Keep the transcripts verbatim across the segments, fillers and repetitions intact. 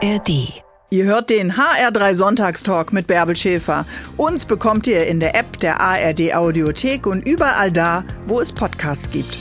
R D. Ihr hört den H R drei Sonntagstalk mit Bärbel Schäfer. Uns bekommt ihr in der App der A R D Audiothek und überall da, wo es Podcasts gibt.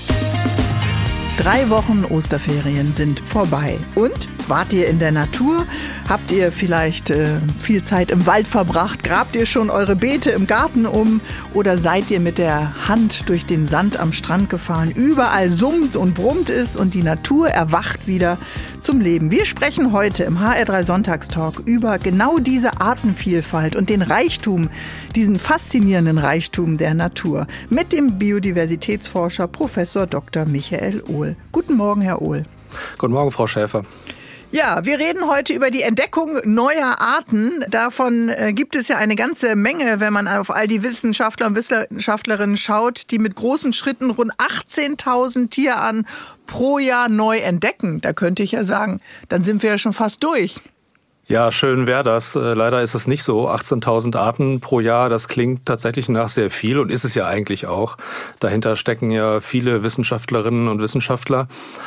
Drei Wochen Osterferien sind vorbei. Und? Wart ihr in der Natur? Habt ihr vielleicht äh, viel Zeit im Wald verbracht? Grabt ihr schon eure Beete im Garten um? Oder seid ihr mit der Hand durch den Sand am Strand gefahren? Überall summt und brummt es und die Natur erwacht wieder zum Leben. Wir sprechen heute im H R drei Sonntagstalk über genau diese Artenvielfalt und den Reichtum, diesen faszinierenden Reichtum der Natur mit dem Biodiversitätsforscher Professor Doktor Michael Ohl. Guten Morgen, Herr Ohl. Guten Morgen, Frau Schäfer. Ja, wir reden heute über die Entdeckung neuer Arten. Davon äh, gibt es ja eine ganze Menge, wenn man auf all die Wissenschaftler und Wissenschaftlerinnen schaut, die mit großen Schritten rund achtzehntausend Tierarten pro Jahr neu entdecken. Da könnte ich ja sagen, dann sind wir ja schon fast durch. Ja, schön wäre das. Leider ist es nicht so. achtzehntausend Arten pro Jahr, das klingt tatsächlich nach sehr viel und ist es ja eigentlich auch. Dahinter stecken ja viele Wissenschaftlerinnen und Wissenschaftler.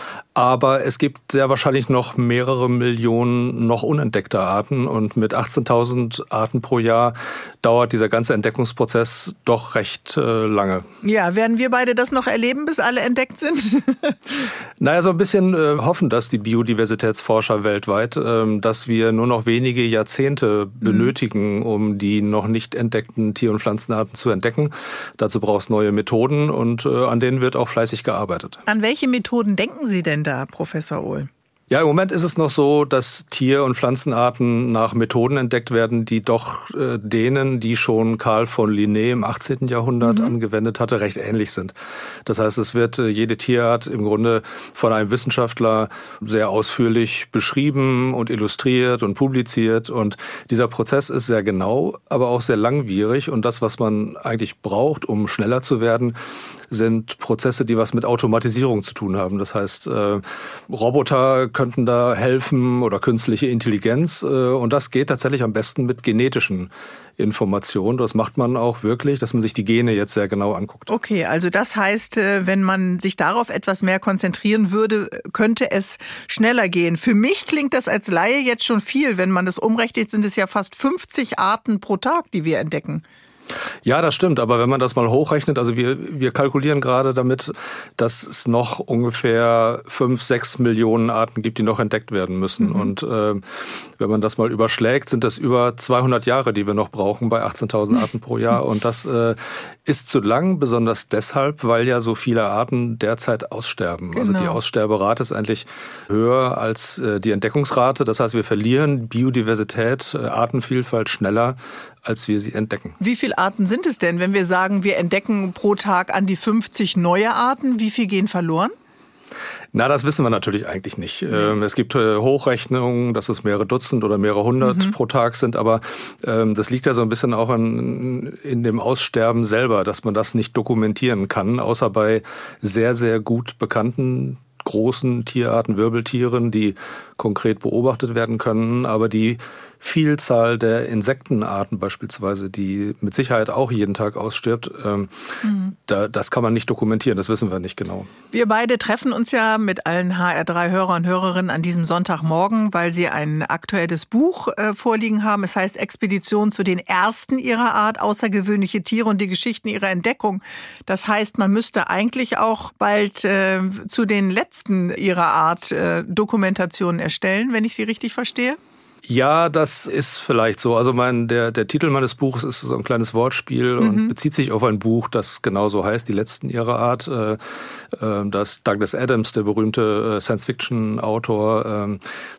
Aber es gibt sehr wahrscheinlich noch mehrere Millionen noch unentdeckter Arten und mit achtzehntausend Arten pro Jahr dauert dieser ganze Entdeckungsprozess doch recht äh, lange. Ja, werden wir beide das noch erleben, bis alle entdeckt sind? Naja, so ein bisschen äh, hoffen das die Biodiversitätsforscher weltweit, äh, dass wir nur noch wenige Jahrzehnte benötigen, mhm. um die noch nicht entdeckten Tier- und Pflanzenarten zu entdecken. Dazu braucht es neue Methoden und äh, an denen wird auch fleißig gearbeitet. An welche Methoden denken Sie denn da, Professor Ohl? Ja, im Moment ist es noch so, dass Tier- und Pflanzenarten nach Methoden entdeckt werden, die doch äh, denen, die schon Carl von Linné im achtzehnten Jahrhundert mhm. angewendet hatte, recht ähnlich sind. Das heißt, es wird äh, jede Tierart im Grunde von einem Wissenschaftler sehr ausführlich beschrieben und illustriert und publiziert. Und dieser Prozess ist sehr genau, aber auch sehr langwierig. Und das, was man eigentlich braucht, um schneller zu werden, sind Prozesse, die was mit Automatisierung zu tun haben. Das heißt, äh, Roboter könnten da helfen oder künstliche Intelligenz. Äh, und das geht tatsächlich am besten mit genetischen Informationen. Das macht man auch wirklich, dass man sich die Gene jetzt sehr genau anguckt. Okay, also das heißt, wenn man sich darauf etwas mehr konzentrieren würde, könnte es schneller gehen. Für mich klingt das als Laie jetzt schon viel. Wenn man das umrechnet, sind es ja fast fünfzig Arten pro Tag, die wir entdecken. Ja, das stimmt. Aber wenn man das mal hochrechnet, also wir, wir kalkulieren gerade damit, dass es noch ungefähr fünf, sechs Millionen Arten gibt, die noch entdeckt werden müssen. Mhm. Und äh, wenn man das mal überschlägt, sind das über zweihundert Jahre, die wir noch brauchen bei achtzehntausend Arten pro Jahr. Und das äh, ist zu lang, besonders deshalb, weil ja so viele Arten derzeit aussterben. Genau. Also die Aussterberate ist eigentlich höher als äh, die Entdeckungsrate. Das heißt, wir verlieren Biodiversität, äh, Artenvielfalt schneller, als wir sie entdecken. Wie viele Arten sind es denn, wenn wir sagen, wir entdecken pro Tag an die fünfzig neue Arten? Wie viel gehen verloren? Na, das wissen wir natürlich eigentlich nicht. Mhm. Es gibt Hochrechnungen, dass es mehrere Dutzend oder mehrere hundert mhm. pro Tag sind, aber ähm, das liegt ja so ein bisschen auch in, in dem Aussterben selber, dass man das nicht dokumentieren kann, außer bei sehr, sehr gut bekannten großen Tierarten, Wirbeltieren, die konkret beobachtet werden können, aber die Vielzahl der Insektenarten beispielsweise, die mit Sicherheit auch jeden Tag ausstirbt, ähm, mhm. da, das kann man nicht dokumentieren, das wissen wir nicht genau. Wir beide treffen uns ja mit allen H R drei Hörer und Hörerinnen an diesem Sonntagmorgen, weil Sie ein aktuelles Buch äh, vorliegen haben. Es heißt Expedition zu den Ersten ihrer Art, außergewöhnliche Tiere und die Geschichten ihrer Entdeckung. Das heißt, man müsste eigentlich auch bald äh, zu den Letzten ihrer Art äh, Dokumentationen erstellen, wenn ich Sie richtig verstehe? Ja, das ist vielleicht so. Also mein der der Titel meines Buches ist so ein kleines Wortspiel mhm. und bezieht sich auf ein Buch, das genauso heißt, Die Letzten ihrer Art. Äh, äh, das Douglas Adams, der berühmte äh, Science-Fiction-Autor, äh,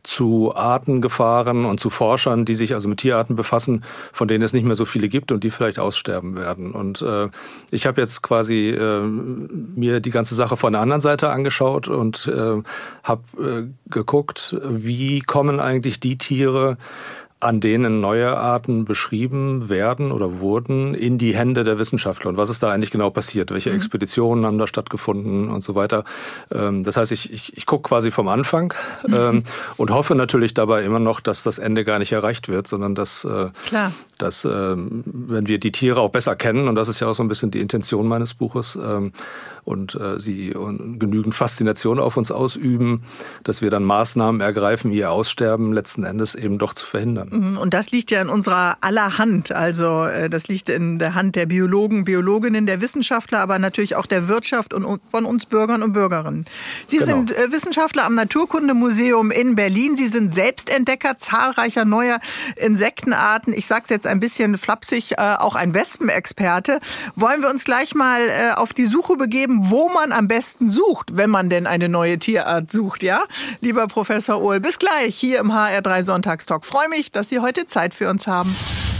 zu Artengefahren und zu Forschern, die sich also mit Tierarten befassen, von denen es nicht mehr so viele gibt und die vielleicht aussterben werden. Und äh, ich habe jetzt quasi äh, mir die ganze Sache von der anderen Seite angeschaut und äh, habe äh, geguckt, wie kommen eigentlich die Tiere an denen neue Arten beschrieben werden oder wurden, in die Hände der Wissenschaftler. Und was ist da eigentlich genau passiert? Welche mhm. Expeditionen haben da stattgefunden und so weiter? Das heißt, ich, ich, ich gucke quasi vom Anfang ähm, und hoffe natürlich dabei immer noch, dass das Ende gar nicht erreicht wird, sondern dass, äh, dass ähm, wenn wir die Tiere auch besser kennen, und das ist ja auch so ein bisschen die Intention meines Buches, ähm, und äh, sie und genügend Faszination auf uns ausüben, dass wir dann Maßnahmen ergreifen, ihr Aussterben letzten Endes eben doch zu verhindern. Und das liegt ja in unserer aller Hand. Also das liegt in der Hand der Biologen, Biologinnen, der Wissenschaftler, aber natürlich auch der Wirtschaft und von uns Bürgern und Bürgerinnen. Sie genau. sind Wissenschaftler am Naturkundemuseum in Berlin. Sie sind Selbstentdecker zahlreicher neuer Insektenarten. Ich sage es jetzt ein bisschen flapsig, auch ein Wespenexperte. Wollen wir uns gleich mal auf die Suche begeben, wo man am besten sucht, wenn man denn eine neue Tierart sucht, ja? Lieber Professor Ohl, bis gleich hier im H R drei Sonntagstalk. Freue mich, dass Sie heute Zeit für uns haben.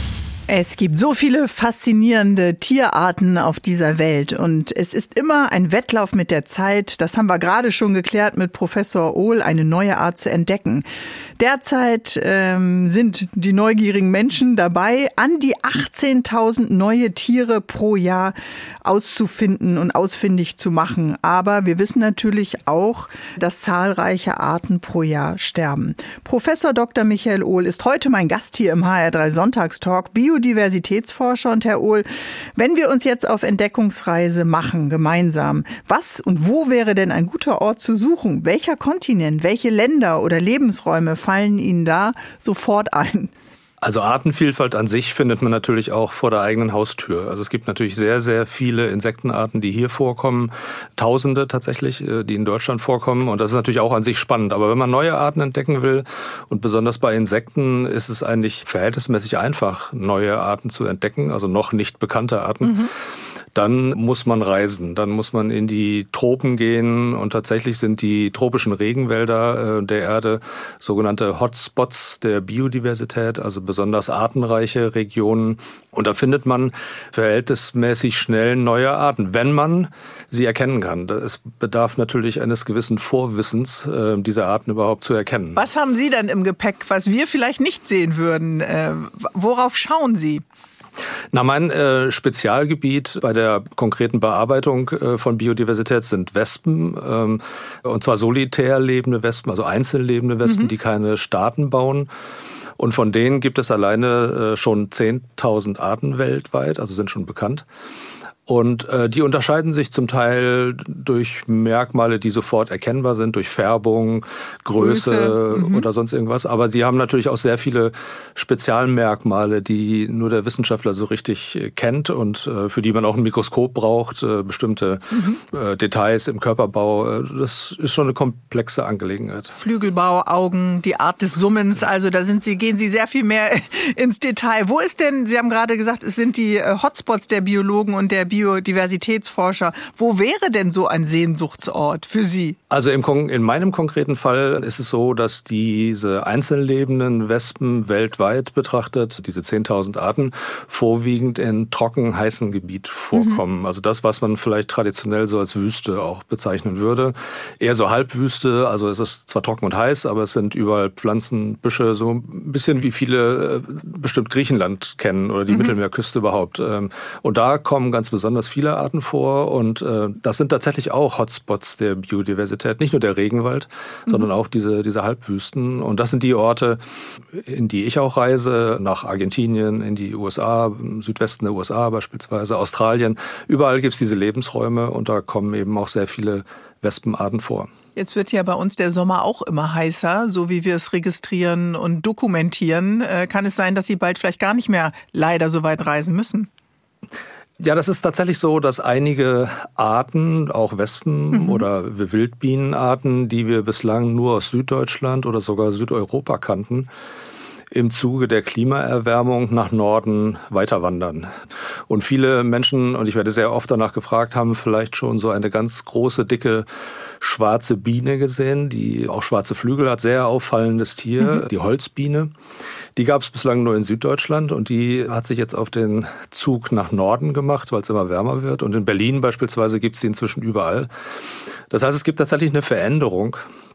Es gibt so viele faszinierende Tierarten auf dieser Welt und es ist immer ein Wettlauf mit der Zeit. Das haben wir gerade schon geklärt mit Professor Ohl, eine neue Art zu entdecken. Derzeit ähm, sind die neugierigen Menschen dabei, an die achtzehntausend neue Tiere pro Jahr auszufinden und ausfindig zu machen. Aber wir wissen natürlich auch, dass zahlreiche Arten pro Jahr sterben. Professor Doktor Michael Ohl ist heute mein Gast hier im H R drei Sonntagstalk, Biodiversitätsforscher. Und Herr Ohl, wenn wir uns jetzt auf Entdeckungsreise machen, gemeinsam, was und wo wäre denn ein guter Ort zu suchen? Welcher Kontinent, welche Länder oder Lebensräume fallen Ihnen da sofort ein? Also Artenvielfalt an sich findet man natürlich auch vor der eigenen Haustür. Also es gibt natürlich sehr, sehr viele Insektenarten, die hier vorkommen. Tausende tatsächlich, die in Deutschland vorkommen. Und das ist natürlich auch an sich spannend. Aber wenn man neue Arten entdecken will, und besonders bei Insekten, ist es eigentlich verhältnismäßig einfach, neue Arten zu entdecken, also noch nicht bekannte Arten. Mhm. Dann muss man reisen, dann muss man in die Tropen gehen und tatsächlich sind die tropischen Regenwälder der Erde sogenannte Hotspots der Biodiversität, also besonders artenreiche Regionen. Und da findet man verhältnismäßig schnell neue Arten, wenn man sie erkennen kann. Es bedarf natürlich eines gewissen Vorwissens, diese Arten überhaupt zu erkennen. Was haben Sie denn im Gepäck, was wir vielleicht nicht sehen würden? Worauf schauen Sie? Na, mein äh, Spezialgebiet bei der konkreten Bearbeitung äh, von Biodiversität sind Wespen, ähm, und zwar solitär lebende Wespen, also einzeln lebende Wespen, mhm. die keine Staaten bauen. Und von denen gibt es alleine äh, schon zehntausend Arten weltweit, also sind schon bekannt. Und äh, die unterscheiden sich zum Teil durch Merkmale, die sofort erkennbar sind, durch Färbung, Größe, Größe. Mhm. oder sonst irgendwas. Aber sie haben natürlich auch sehr viele Spezialmerkmale, die nur der Wissenschaftler so richtig äh, kennt und äh, für die man auch ein Mikroskop braucht, äh, bestimmte mhm. äh, Details im Körperbau. Das ist schon eine komplexe Angelegenheit. Flügelbau, Augen, die Art des Summens, also da sind Sie, gehen Sie sehr viel mehr ins Detail. Wo ist denn, Sie haben gerade gesagt, es sind die Hotspots der Biologen und der Biodiversitätsforscher. Wo wäre denn so ein Sehnsuchtsort für Sie? Also im, in meinem konkreten Fall ist es so, dass diese einzeln lebenden Wespen weltweit betrachtet, diese zehntausend Arten, vorwiegend in trocken heißen Gebiet vorkommen. Mhm. Also das, was man vielleicht traditionell so als Wüste auch bezeichnen würde. Eher so Halbwüste, also es ist zwar trocken und heiß, aber es sind überall Pflanzen, Büsche, so ein bisschen wie viele bestimmt Griechenland kennen oder die mhm. Mittelmeerküste überhaupt. Und da kommen ganz besonders besonders viele Arten vor und äh, das sind tatsächlich auch Hotspots der Biodiversität, nicht nur der Regenwald, mhm. sondern auch diese, diese Halbwüsten und das sind die Orte, in die ich auch reise, nach Argentinien, in die U S A, im Südwesten der U S A beispielsweise, Australien, überall gibt es diese Lebensräume und da kommen eben auch sehr viele Wespenarten vor. Jetzt wird ja bei uns der Sommer auch immer heißer, so wie wir es registrieren und dokumentieren. Äh, kann es sein, dass Sie bald vielleicht gar nicht mehr leider so weit reisen müssen? Ja, das ist tatsächlich so, dass einige Arten, auch Wespen mhm. oder Wildbienenarten, die wir bislang nur aus Süddeutschland oder sogar Südeuropa kannten, im Zuge der Klimaerwärmung nach Norden weiterwandern. Und viele Menschen, und ich werde sehr oft danach gefragt, haben vielleicht schon so eine ganz große, dicke, schwarze Biene gesehen, die auch schwarze Flügel hat, sehr auffallendes Tier, mhm. die Holzbiene. Die gab es bislang nur in Süddeutschland und die hat sich jetzt auf den Zug nach Norden gemacht, weil es immer wärmer wird. Und in Berlin beispielsweise gibt es sie inzwischen überall. Das heißt, es gibt tatsächlich eine Veränderung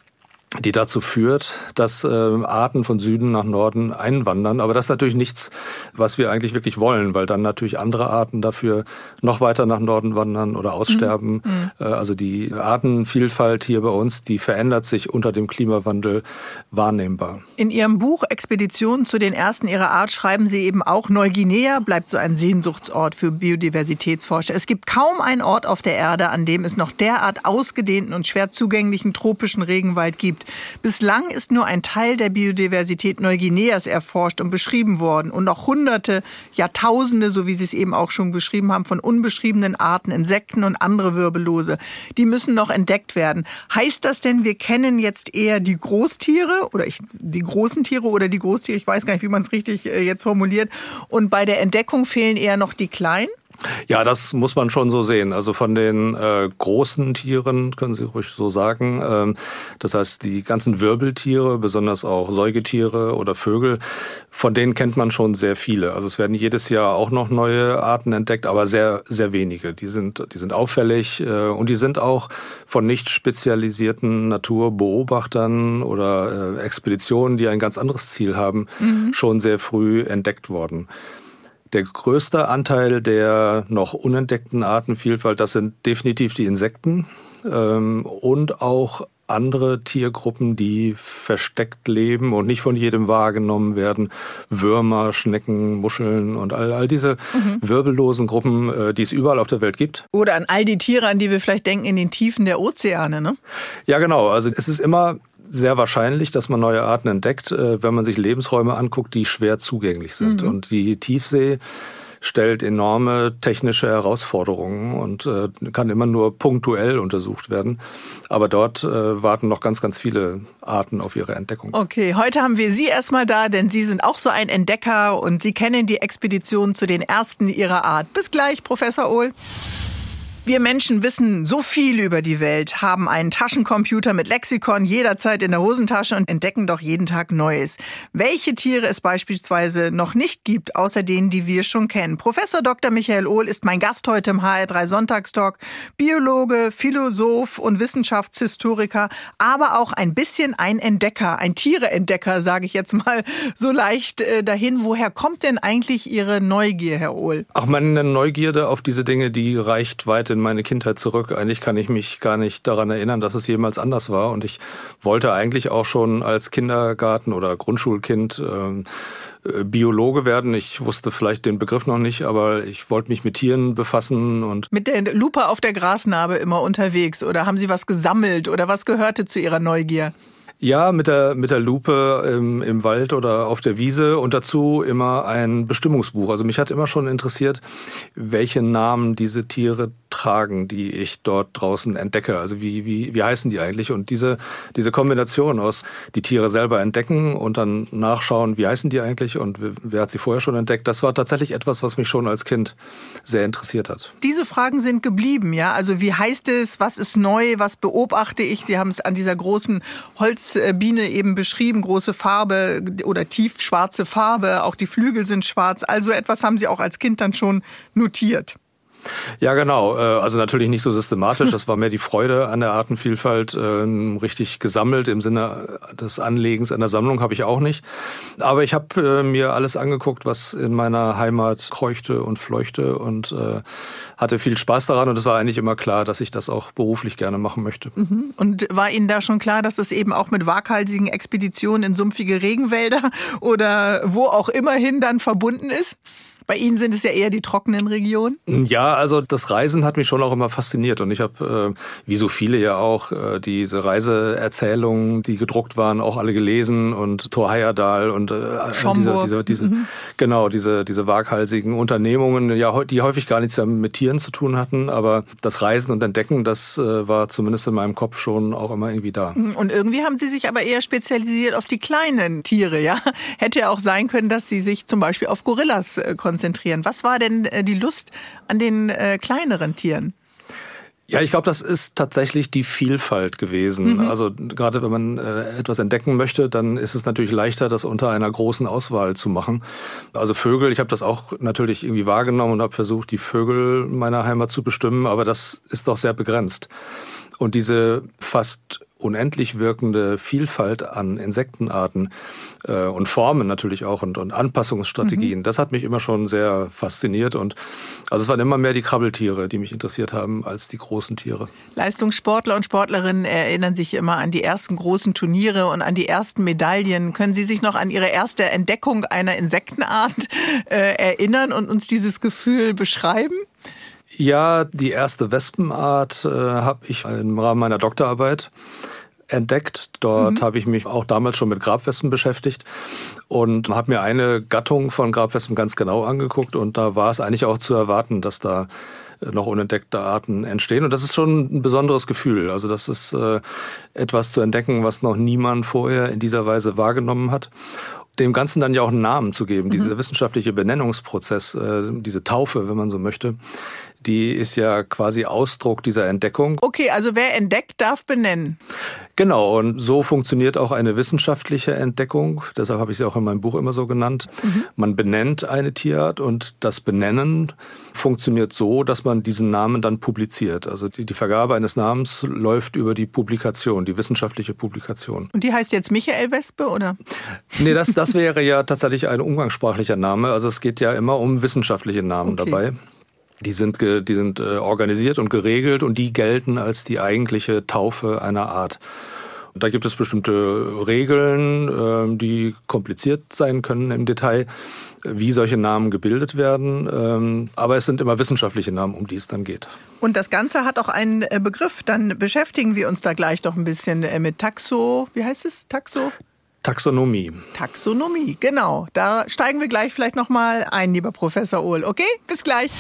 die dazu führt, dass äh, Arten von Süden nach Norden einwandern. Aber das ist natürlich nichts, was wir eigentlich wirklich wollen, weil dann natürlich andere Arten dafür noch weiter nach Norden wandern oder aussterben. Mhm. Äh, also die Artenvielfalt hier bei uns, die verändert sich unter dem Klimawandel wahrnehmbar. In Ihrem Buch Expeditionen zu den ersten ihrer Art schreiben Sie eben auch, Neuguinea bleibt so ein Sehnsuchtsort für Biodiversitätsforscher. Es gibt kaum einen Ort auf der Erde, an dem es noch derart ausgedehnten und schwer zugänglichen tropischen Regenwald gibt. Bislang ist nur ein Teil der Biodiversität Neuguineas erforscht und beschrieben worden und noch Hunderte, Jahrtausende, so wie Sie es eben auch schon beschrieben haben, von unbeschriebenen Arten, Insekten und andere Wirbellose. Die müssen noch entdeckt werden. Heißt das denn, wir kennen jetzt eher die Großtiere oder ich, die großen Tiere oder die Großtiere? Ich weiß gar nicht, wie man es richtig äh, jetzt formuliert. Und bei der Entdeckung fehlen eher noch die Kleinen? Ja, das muss man schon so sehen. Also von den äh, großen Tieren, können Sie ruhig so sagen, ähm, das heißt die ganzen Wirbeltiere, besonders auch Säugetiere oder Vögel, von denen kennt man schon sehr viele. Also es werden jedes Jahr auch noch neue Arten entdeckt, aber sehr, sehr wenige. Die sind, die sind auffällig äh, und die sind auch von nicht spezialisierten Naturbeobachtern oder äh, Expeditionen, die ein ganz anderes Ziel haben, mhm. schon sehr früh entdeckt worden. Der größte Anteil der noch unentdeckten Artenvielfalt, das sind definitiv die Insekten ähm, und auch andere Tiergruppen, die versteckt leben und nicht von jedem wahrgenommen werden. Würmer, Schnecken, Muscheln und all, all diese mhm. wirbellosen Gruppen, äh, die es überall auf der Welt gibt. Oder an all die Tiere, an die wir vielleicht denken in den Tiefen der Ozeane, ne? Ja, genau. Also es ist immer sehr wahrscheinlich, dass man neue Arten entdeckt, wenn man sich Lebensräume anguckt, die schwer zugänglich sind. Mhm. Und die Tiefsee stellt enorme technische Herausforderungen und äh, kann immer nur punktuell untersucht werden. Aber dort äh, warten noch ganz, ganz viele Arten auf ihre Entdeckung. Okay, heute haben wir Sie erstmal da, denn Sie sind auch so ein Entdecker und Sie kennen die Expedition zu den ersten ihrer Art. Bis gleich, Professor Ohl. Wir Menschen wissen so viel über die Welt, haben einen Taschencomputer mit Lexikon jederzeit in der Hosentasche und entdecken doch jeden Tag Neues. Welche Tiere es beispielsweise noch nicht gibt, außer denen, die wir schon kennen. Professor Doktor Michael Ohl ist mein Gast heute im H R drei Sonntagstalk. Biologe, Philosoph und Wissenschaftshistoriker, aber auch ein bisschen ein Entdecker, ein Tiereentdecker, sage ich jetzt mal so leicht äh, dahin. Woher kommt denn eigentlich Ihre Neugier, Herr Ohl? Ach, meine Neugierde auf diese Dinge, die reicht weit in meine Kindheit zurück. Eigentlich kann ich mich gar nicht daran erinnern, dass es jemals anders war. Und ich wollte eigentlich auch schon als Kindergarten- oder Grundschulkind äh, Biologe werden. Ich wusste vielleicht den Begriff noch nicht, aber ich wollte mich mit Tieren befassen. Und mit der Lupe auf der Grasnarbe immer unterwegs? Oder haben Sie was gesammelt? Oder was gehörte zu Ihrer Neugier? Ja, mit der mit der Lupe im, im Wald oder auf der Wiese und dazu immer ein Bestimmungsbuch. Also mich hat immer schon interessiert, welche Namen diese Tiere tragen, die ich dort draußen entdecke. Also wie wie wie heißen die eigentlich? Und diese diese Kombination aus die Tiere selber entdecken und dann nachschauen, wie heißen die eigentlich und wer hat sie vorher schon entdeckt, das war tatsächlich etwas, was mich schon als Kind sehr interessiert hat. Diese Fragen sind geblieben, ja? Also wie heißt es, was ist neu, was beobachte ich? Sie haben es an dieser großen Holz Biene eben beschrieben, große Farbe oder tiefschwarze Farbe, auch die Flügel sind schwarz. Also etwas haben Sie auch als Kind dann schon notiert. Ja, genau. Also natürlich nicht so systematisch. Das war mehr die Freude an der Artenvielfalt. Richtig gesammelt im Sinne des Anlegens einer Sammlung habe ich auch nicht. Aber ich habe mir alles angeguckt, was in meiner Heimat kreuchte und fleuchte und hatte viel Spaß daran. Und es war eigentlich immer klar, dass ich das auch beruflich gerne machen möchte. Und war Ihnen da schon klar, dass es eben auch mit waghalsigen Expeditionen in sumpfige Regenwälder oder wo auch immerhin dann verbunden ist? Bei Ihnen sind es ja eher die trockenen Regionen? Ja, also das Reisen hat mich schon auch immer fasziniert. Und ich habe, äh, wie so viele ja auch, äh, diese Reiseerzählungen, die gedruckt waren, auch alle gelesen. Und Thor Heyerdahl und äh, diese, diese, diese mhm. genau, diese, diese waghalsigen Unternehmungen, ja, die häufig gar nichts mit Tieren zu tun hatten. Aber das Reisen und Entdecken, das äh, war zumindest in meinem Kopf schon auch immer irgendwie da. Und irgendwie haben Sie sich aber eher spezialisiert auf die kleinen Tiere, ja? Hätte ja auch sein können, dass Sie sich zum Beispiel auf Gorillas äh, konzentrieren. Was war denn die Lust an den äh, kleineren Tieren? Ja, ich glaube, das ist tatsächlich die Vielfalt gewesen. Mhm. Also gerade wenn man äh, etwas entdecken möchte, dann ist es natürlich leichter, das unter einer großen Auswahl zu machen. Also Vögel, ich habe das auch natürlich irgendwie wahrgenommen und habe versucht, die Vögel meiner Heimat zu bestimmen, aber das ist doch sehr begrenzt. Und diese fast unendlich wirkende Vielfalt an Insektenarten äh, und Formen natürlich auch und, und Anpassungsstrategien. Mhm. Das hat mich immer schon sehr fasziniert und also es waren immer mehr die Krabbeltiere, die mich interessiert haben, als die großen Tiere. Leistungssportler und Sportlerinnen erinnern sich immer an die ersten großen Turniere und an die ersten Medaillen. Können Sie sich noch an Ihre erste Entdeckung einer Insektenart äh, erinnern und uns dieses Gefühl beschreiben? Ja, die erste Wespenart äh, habe ich im Rahmen meiner Doktorarbeit entdeckt. Dort mhm. habe ich mich auch damals schon mit Grabwespen beschäftigt und habe mir eine Gattung von Grabwespen ganz genau angeguckt. Und da war es eigentlich auch zu erwarten, dass da noch unentdeckte Arten entstehen. Und das ist schon ein besonderes Gefühl. Also das ist äh, etwas zu entdecken, was noch niemand vorher in dieser Weise wahrgenommen hat. Dem Ganzen dann ja auch einen Namen zu geben, mhm. dieser wissenschaftliche Benennungsprozess, äh, diese Taufe, wenn man so möchte, die ist ja quasi Ausdruck dieser Entdeckung. Okay, also wer entdeckt, darf benennen. Genau, und so funktioniert auch eine wissenschaftliche Entdeckung. Deshalb habe ich sie auch in meinem Buch immer so genannt. Mhm. Man benennt eine Tierart und das Benennen funktioniert so, dass man diesen Namen dann publiziert. Also die, die Vergabe eines Namens läuft über die Publikation, die wissenschaftliche Publikation. Und die heißt jetzt Michael-Wespe, oder? Nee, das, das wäre ja tatsächlich ein umgangssprachlicher Name. Also es geht ja immer um wissenschaftliche Namen okay. dabei. Die sind, ge, die sind äh, organisiert und geregelt und die gelten als die eigentliche Taufe einer Art. Und da gibt es bestimmte Regeln, äh, die kompliziert sein können im Detail, wie solche Namen gebildet werden. Ähm, aber es sind immer wissenschaftliche Namen, um die es dann geht. Und das Ganze hat auch einen äh, Begriff. Dann beschäftigen wir uns da gleich doch ein bisschen äh, mit Taxo, wie heißt es? Taxo? Taxonomie. Taxonomie, genau. Da steigen wir gleich vielleicht noch mal ein, lieber Professor Ohl. Okay, bis gleich.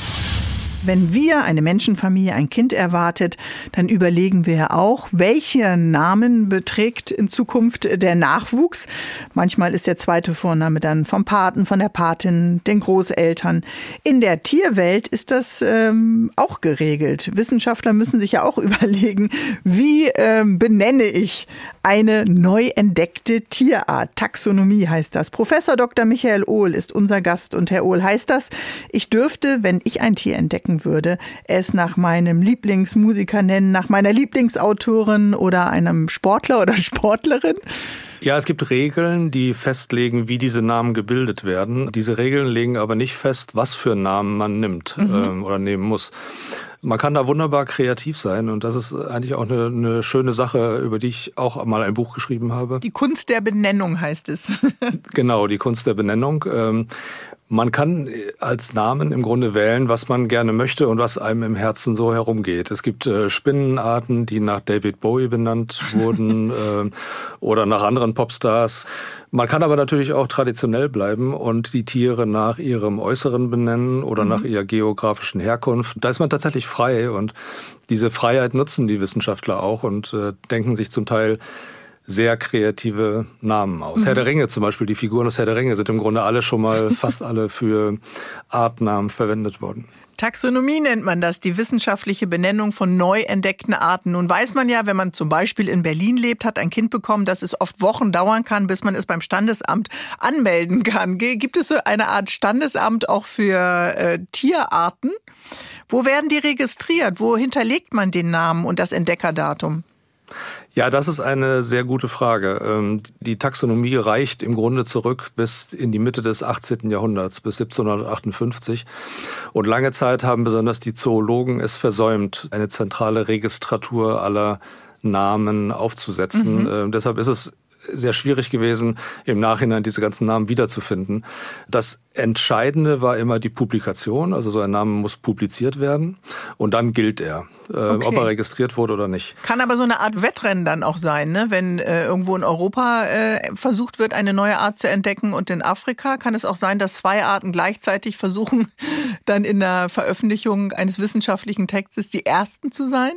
Wenn wir, eine Menschenfamilie, ein Kind erwartet, dann überlegen wir auch, welche Namen beträgt in Zukunft der Nachwuchs. Manchmal ist der zweite Vorname dann vom Paten, von der Patin, den Großeltern. In der Tierwelt ist das ähm, auch geregelt. Wissenschaftler müssen sich ja auch überlegen, wie ähm, benenne ich eine neu entdeckte Tierart. Taxonomie heißt das. Professor Doktor Michael Ohl ist unser Gast. Und Herr Ohl, heißt das, ich dürfte, wenn ich ein Tier entdecken würde, es nach meinem Lieblingsmusiker nennen, nach meiner Lieblingsautorin oder einem Sportler oder Sportlerin? Ja, es gibt Regeln, die festlegen, wie diese Namen gebildet werden. Diese Regeln legen aber nicht fest, was für Namen man nimmt mhm. ähm, oder nehmen muss. Man kann da wunderbar kreativ sein und das ist eigentlich auch eine, eine schöne Sache, über die ich auch mal ein Buch geschrieben habe. Die Kunst der Benennung heißt es. Genau, die Kunst der Benennung. Ähm, Man kann als Namen im Grunde wählen, was man gerne möchte und was einem im Herzen so herumgeht. Es gibt äh, Spinnenarten, die nach David Bowie benannt wurden äh, oder nach anderen Popstars. Man kann aber natürlich auch traditionell bleiben und die Tiere nach ihrem Äußeren benennen oder mhm. nach ihrer geografischen Herkunft. Da ist man tatsächlich frei und diese Freiheit nutzen die Wissenschaftler auch und äh, denken sich zum Teil sehr kreative Namen aus. Mhm. Herr der Ringe zum Beispiel, die Figuren aus Herr der Ringe sind im Grunde alle schon mal, fast alle für Artnamen verwendet worden. Taxonomie nennt man das, die wissenschaftliche Benennung von neu entdeckten Arten. Nun weiß man ja, wenn man zum Beispiel in Berlin lebt, hat ein Kind bekommen, dass es oft Wochen dauern kann, bis man es beim Standesamt anmelden kann. Gibt es so eine Art Standesamt auch für äh, Tierarten? Wo werden die registriert? Wo hinterlegt man den Namen und das Entdeckerdatum? Ja, das ist eine sehr gute Frage. Die Taxonomie reicht im Grunde zurück bis in die Mitte des achtzehnten Jahrhunderts, bis siebzehnhundertachtundfünfzig. Und lange Zeit haben besonders die Zoologen es versäumt, eine zentrale Registratur aller Namen aufzusetzen. Mhm. Ähm, deshalb ist es sehr schwierig gewesen, im Nachhinein diese ganzen Namen wiederzufinden. Das Entscheidende war immer die Publikation, also so ein Name muss publiziert werden und dann gilt er, äh, okay. ob er registriert wurde oder nicht. Kann aber so eine Art Wettrennen dann auch sein, ne? Wenn äh, irgendwo in Europa äh, versucht wird, eine neue Art zu entdecken und in Afrika kann es auch sein, dass zwei Arten gleichzeitig versuchen, dann in der Veröffentlichung eines wissenschaftlichen Textes die ersten zu sein?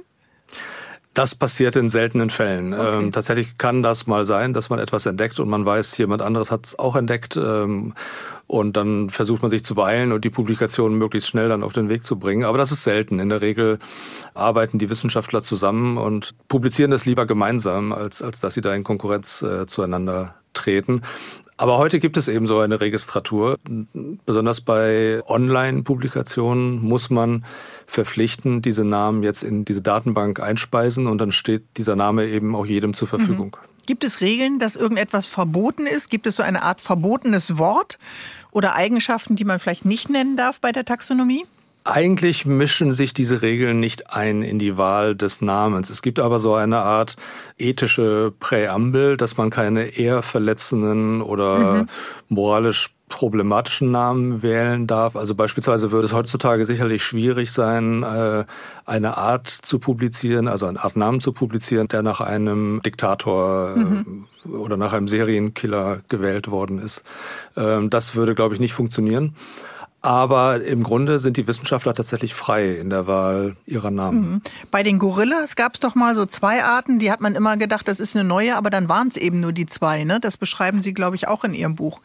Das passiert in seltenen Fällen. Okay. Ähm, tatsächlich kann das mal sein, dass man etwas entdeckt und man weiß, jemand anderes hat es auch entdeckt. Ähm, und dann versucht man sich zu beeilen und die Publikation möglichst schnell dann auf den Weg zu bringen. Aber das ist selten. In der Regel arbeiten die Wissenschaftler zusammen und publizieren das lieber gemeinsam, als, als dass sie da in Konkurrenz äh, zueinander treten. Aber heute gibt es eben so eine Registratur. Besonders bei Online-Publikationen muss man verpflichten, diese Namen jetzt in diese Datenbank einspeisen und dann steht dieser Name eben auch jedem zur Verfügung. Mhm. Gibt es Regeln, dass irgendetwas verboten ist? Gibt es so eine Art verbotenes Wort oder Eigenschaften, die man vielleicht nicht nennen darf bei der Taxonomie? Eigentlich mischen sich diese Regeln nicht ein in die Wahl des Namens. Es gibt aber so eine Art ethische Präambel, dass man keine ehrverletzenden oder mhm. moralisch problematischen Namen wählen darf. Also beispielsweise würde es heutzutage sicherlich schwierig sein, eine Art zu publizieren, also eine Art Namen zu publizieren, der nach einem Diktator mhm. oder nach einem Serienkiller gewählt worden ist. Das würde, glaube ich, nicht funktionieren. Aber im Grunde sind die Wissenschaftler tatsächlich frei in der Wahl ihrer Namen. Bei den Gorillas gab es doch mal so zwei Arten, die hat man immer gedacht, das ist eine neue, aber dann waren es eben nur die zwei, ne? Das beschreiben Sie, glaube ich, auch in Ihrem Buch.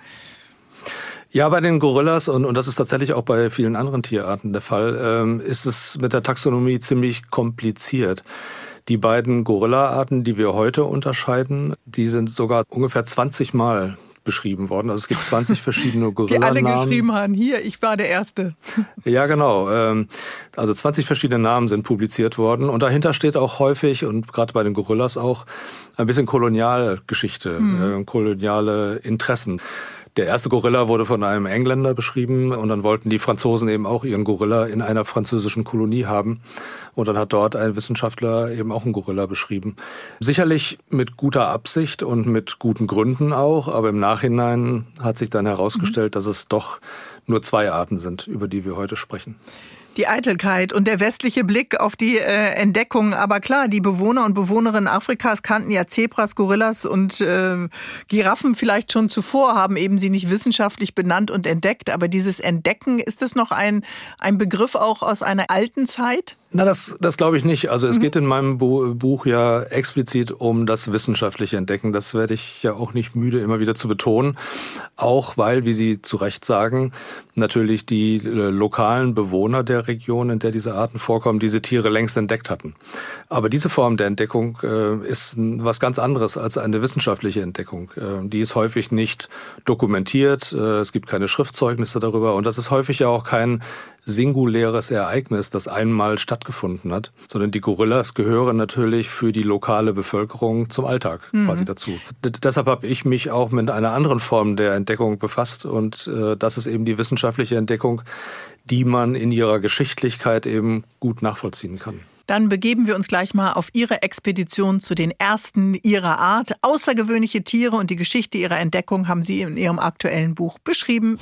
Ja, bei den Gorillas, und, und das ist tatsächlich auch bei vielen anderen Tierarten der Fall, ähm, ist es mit der Taxonomie ziemlich kompliziert. Die beiden Gorilla-Arten, die wir heute unterscheiden, die sind sogar ungefähr zwanzig Mal beschrieben worden. Also es gibt zwanzig verschiedene Gorilla-Namen. Die alle geschrieben haben, hier, ich war der Erste. Ja, genau. Also zwanzig verschiedene Namen sind publiziert worden. Und dahinter steht auch häufig, und gerade bei den Gorillas auch, ein bisschen Kolonialgeschichte, mhm. koloniale Interessen. Der erste Gorilla wurde von einem Engländer beschrieben und dann wollten die Franzosen eben auch ihren Gorilla in einer französischen Kolonie haben. Und dann hat dort ein Wissenschaftler eben auch einen Gorilla beschrieben. Sicherlich mit guter Absicht und mit guten Gründen auch, aber im Nachhinein hat sich dann herausgestellt, mhm. dass es doch nur zwei Arten sind, über die wir heute sprechen. Die Eitelkeit und der westliche Blick auf die äh, Entdeckung. Aber klar, die Bewohner und Bewohnerinnen Afrikas kannten ja Zebras, Gorillas und äh, Giraffen vielleicht schon zuvor, haben eben sie nicht wissenschaftlich benannt und entdeckt. Aber dieses Entdecken, ist das noch ein, ein Begriff auch aus einer alten Zeit? Na, das, das glaube ich nicht. Also es mhm. geht in meinem Buch ja explizit um das wissenschaftliche Entdecken. Das werde ich ja auch nicht müde, immer wieder zu betonen. Auch weil, wie Sie zu Recht sagen, natürlich die äh, lokalen Bewohner der Region, in der diese Arten vorkommen, diese Tiere längst entdeckt hatten. Aber diese Form der Entdeckung äh, ist was ganz anderes als eine wissenschaftliche Entdeckung. Äh, die ist häufig nicht dokumentiert, äh, es gibt keine Schriftzeugnisse darüber und das ist häufig ja auch kein singuläres Ereignis, das einmal stattgefunden hat, sondern die Gorillas gehören natürlich für die lokale Bevölkerung zum Alltag mhm. quasi dazu. D- deshalb habe ich mich auch mit einer anderen Form der Entdeckung befasst und äh, das ist eben die wissenschaftliche Entdeckung, die man in ihrer Geschichtlichkeit eben gut nachvollziehen kann. Dann begeben wir uns gleich mal auf Ihre Expedition zu den ersten ihrer Art. Außergewöhnliche Tiere und die Geschichte ihrer Entdeckung haben Sie in Ihrem aktuellen Buch beschrieben.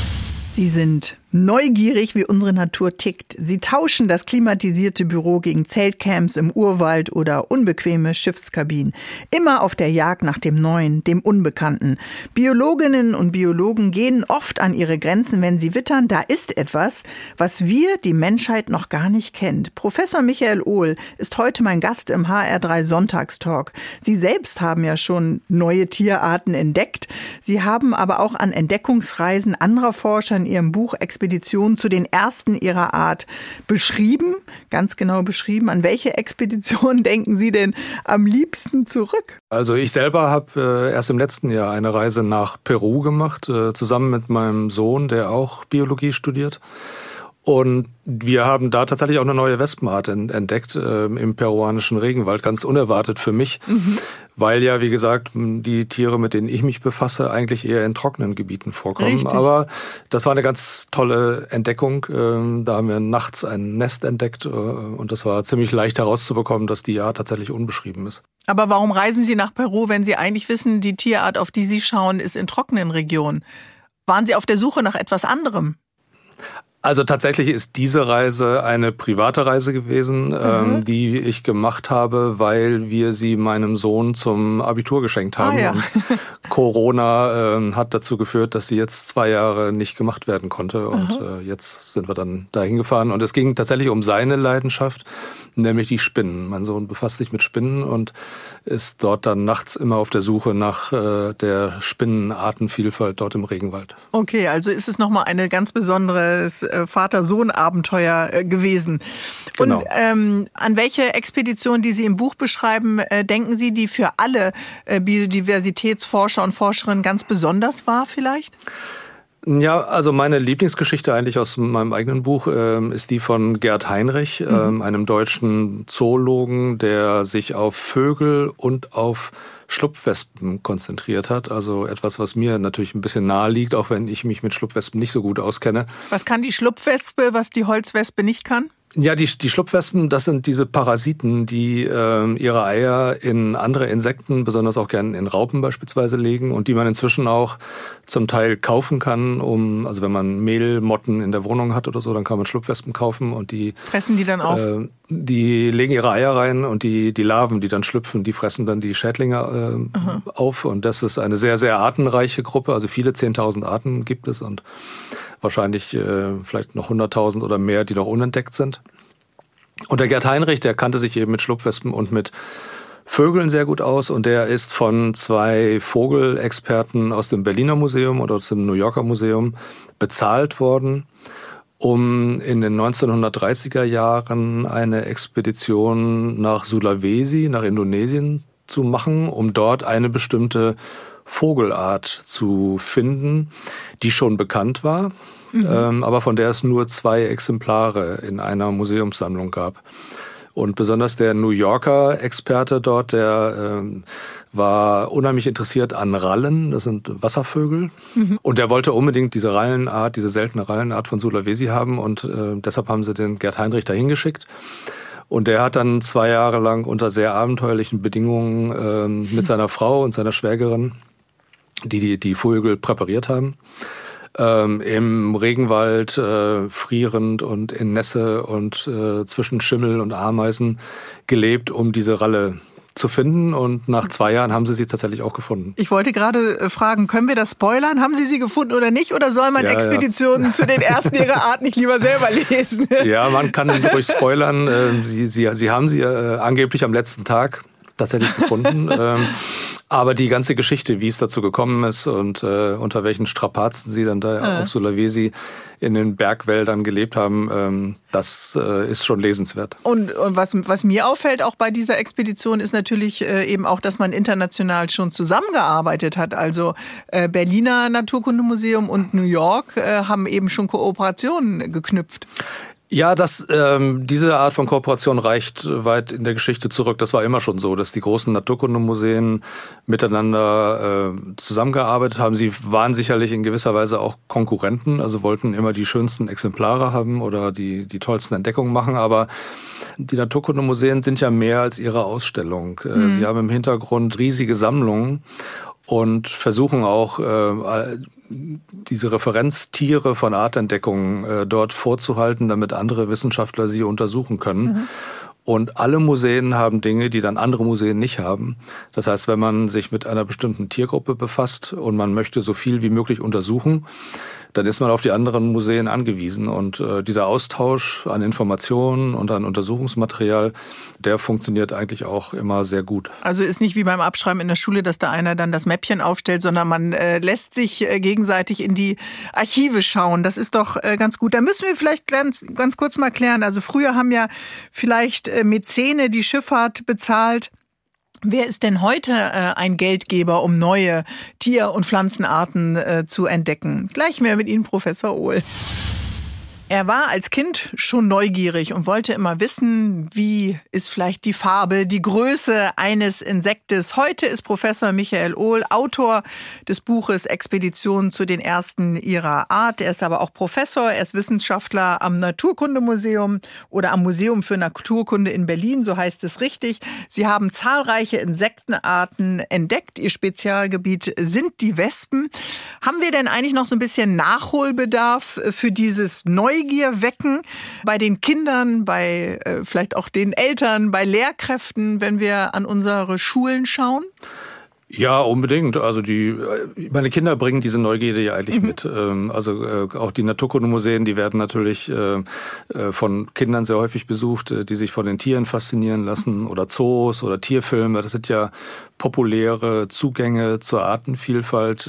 Sie sind neugierig, wie unsere Natur tickt. Sie tauschen das klimatisierte Büro gegen Zeltcamps im Urwald oder unbequeme Schiffskabinen. Immer auf der Jagd nach dem Neuen, dem Unbekannten. Biologinnen und Biologen gehen oft an ihre Grenzen, wenn sie wittern, da ist etwas, was wir, die Menschheit, noch gar nicht kennt. Professor Michael Ohl ist heute mein Gast im H R drei Sonntagstalk. Sie selbst haben ja schon neue Tierarten entdeckt. Sie haben aber auch an Entdeckungsreisen anderer Forscher in Ihrem Buch Expedition zu den ersten ihrer Art beschrieben, ganz genau beschrieben. An welche Expedition denken Sie denn am liebsten zurück? Also ich selber habe äh, erst im letzten Jahr eine Reise nach Peru gemacht, äh, zusammen mit meinem Sohn, der auch Biologie studiert. Und wir haben da tatsächlich auch eine neue Wespenart entdeckt äh, im peruanischen Regenwald, ganz unerwartet für mich, mhm. weil ja, wie gesagt, die Tiere, mit denen ich mich befasse, eigentlich eher in trockenen Gebieten vorkommen. Richtig. Aber das war eine ganz tolle Entdeckung. Ähm, da haben wir nachts ein Nest entdeckt äh, und das war ziemlich leicht herauszubekommen, dass die Art tatsächlich unbeschrieben ist. Aber warum reisen Sie nach Peru, wenn Sie eigentlich wissen, die Tierart, auf die Sie schauen, ist in trockenen Regionen? Waren Sie auf der Suche nach etwas anderem? Also tatsächlich ist diese Reise eine private Reise gewesen, mhm. ähm, die ich gemacht habe, weil wir sie meinem Sohn zum Abitur geschenkt haben. Ah, ja. Und Corona ähm, hat dazu geführt, dass sie jetzt zwei Jahre nicht gemacht werden konnte. Und äh, jetzt sind wir dann dahin gefahren. Und es ging tatsächlich um seine Leidenschaft, nämlich die Spinnen. Mein Sohn befasst sich mit Spinnen und ist dort dann nachts immer auf der Suche nach äh, der Spinnenartenvielfalt dort im Regenwald. Okay, also ist es nochmal ein ganz besonderes äh, Vater-Sohn-Abenteuer äh, gewesen. Genau. Und ähm, an welche Expedition, die Sie im Buch beschreiben, äh, denken Sie, die für alle äh, Biodiversitätsforscher und Forscherinnen ganz besonders war vielleicht? Ja, also meine Lieblingsgeschichte eigentlich aus meinem eigenen Buch ähm, ist die von Gerd Heinrich, mhm. ähm, einem deutschen Zoologen, der sich auf Vögel und auf Schlupfwespen konzentriert hat. Also etwas, was mir natürlich ein bisschen nahe liegt, auch wenn ich mich mit Schlupfwespen nicht so gut auskenne. Was kann die Schlupfwespe, was die Holzwespe nicht kann? Ja, die, die Schlupfwespen, das sind diese Parasiten, die äh, ihre Eier in andere Insekten, besonders auch gern in Raupen beispielsweise legen und die man inzwischen auch zum Teil kaufen kann, um, also wenn man Mehlmotten in der Wohnung hat oder so, dann kann man Schlupfwespen kaufen und die fressen die dann auf? Äh, die legen ihre Eier rein und die, die Larven, die dann schlüpfen, die fressen dann die Schädlinge äh, auf und das ist eine sehr, sehr artenreiche Gruppe, also viele zehntausend Arten gibt es und wahrscheinlich äh, vielleicht noch hunderttausend oder mehr, die noch unentdeckt sind. Und der Gerd Heinrich, der kannte sich eben mit Schlupfwespen und mit Vögeln sehr gut aus und der ist von zwei Vogelexperten aus dem Berliner Museum oder aus dem New Yorker Museum bezahlt worden, um in den neunzehnhundertdreißiger Jahren eine Expedition nach Sulawesi, nach Indonesien zu machen, um dort eine bestimmte Vogelart zu finden, die schon bekannt war, mhm. ähm, aber von der es nur zwei Exemplare in einer Museumssammlung gab. Und besonders der New Yorker Experte dort, der ähm, war unheimlich interessiert an Rallen, das sind Wasservögel. Mhm. Und der wollte unbedingt diese Rallenart, diese seltene Rallenart von Sulawesi haben und äh, deshalb haben sie den Gerd Heinrich dahin geschickt. Und der hat dann zwei Jahre lang unter sehr abenteuerlichen Bedingungen ähm, mit seiner Frau und seiner Schwägerin, die die, die Vögel präpariert haben, ähm, im Regenwald äh, frierend und in Nässe und äh, zwischen Schimmel und Ameisen gelebt, um diese Ralle zu finden. Und nach zwei Jahren haben sie sie tatsächlich auch gefunden. Ich wollte gerade fragen, können wir das spoilern? Haben Sie sie gefunden oder nicht? Oder soll man ja, Expeditionen ja. zu den ersten ihrer Art nicht lieber selber lesen? Ja, man kann ruhig spoilern. Sie, sie, sie haben sie äh, angeblich am letzten Tag tatsächlich gefunden. ähm, Aber die ganze Geschichte, wie es dazu gekommen ist und äh, unter welchen Strapazen sie dann da ja. auf Sulawesi in den Bergwäldern gelebt haben, ähm, das äh, ist schon lesenswert. Und, und was, was mir auffällt auch bei dieser Expedition ist natürlich äh, eben auch, dass man international schon zusammengearbeitet hat. Also äh, Berliner Naturkundemuseum und New York äh, haben eben schon Kooperationen geknüpft. Ja, das, ähm, diese Art von Kooperation reicht weit in der Geschichte zurück. Das war immer schon so, dass die großen Naturkundemuseen miteinander äh, zusammengearbeitet haben. Sie waren sicherlich in gewisser Weise auch Konkurrenten, also wollten immer die schönsten Exemplare haben oder die, die tollsten Entdeckungen machen. Aber die Naturkundemuseen sind ja mehr als ihre Ausstellung. Mhm. Sie haben im Hintergrund riesige Sammlungen und versuchen auch äh, diese Referenztiere von Artentdeckungen äh, dort vorzuhalten, damit andere Wissenschaftler sie untersuchen können. Mhm. Und alle Museen haben Dinge, die dann andere Museen nicht haben. Das heißt, wenn man sich mit einer bestimmten Tiergruppe befasst und man möchte so viel wie möglich untersuchen, dann ist man auf die anderen Museen angewiesen. Und äh, dieser Austausch an Informationen und an Untersuchungsmaterial, der funktioniert eigentlich auch immer sehr gut. Also ist nicht wie beim Abschreiben in der Schule, dass da einer dann das Mäppchen aufstellt, sondern man äh, lässt sich äh, gegenseitig in die Archive schauen. Das ist doch äh, ganz gut. Da müssen wir vielleicht ganz, ganz kurz mal klären. Also früher haben ja vielleicht äh, Mäzene die Schifffahrt bezahlt. Wer ist denn heute äh, ein Geldgeber, um neue Tier- und Pflanzenarten äh, zu entdecken? Gleich mehr mit Ihnen, Professor Ohl. Er war als Kind schon neugierig und wollte immer wissen, wie ist vielleicht die Farbe, die Größe eines Insektes. Heute ist Professor Michael Ohl Autor des Buches Expeditionen zu den ersten ihrer Art. Er ist aber auch Professor, er ist Wissenschaftler am Naturkundemuseum oder am Museum für Naturkunde in Berlin, so heißt es richtig. Sie haben zahlreiche Insektenarten entdeckt. Ihr Spezialgebiet sind die Wespen. Haben wir denn eigentlich noch so ein bisschen Nachholbedarf für dieses Neugier wecken bei den Kindern, bei äh, vielleicht auch den Eltern, bei Lehrkräften, wenn wir an unsere Schulen schauen? Ja, unbedingt. Also die, meine Kinder bringen diese Neugierde ja eigentlich mhm. mit. Also auch die Naturkundemuseen, die werden natürlich von Kindern sehr häufig besucht, die sich von den Tieren faszinieren lassen, oder Zoos oder Tierfilme. Das sind ja populäre Zugänge zur Artenvielfalt,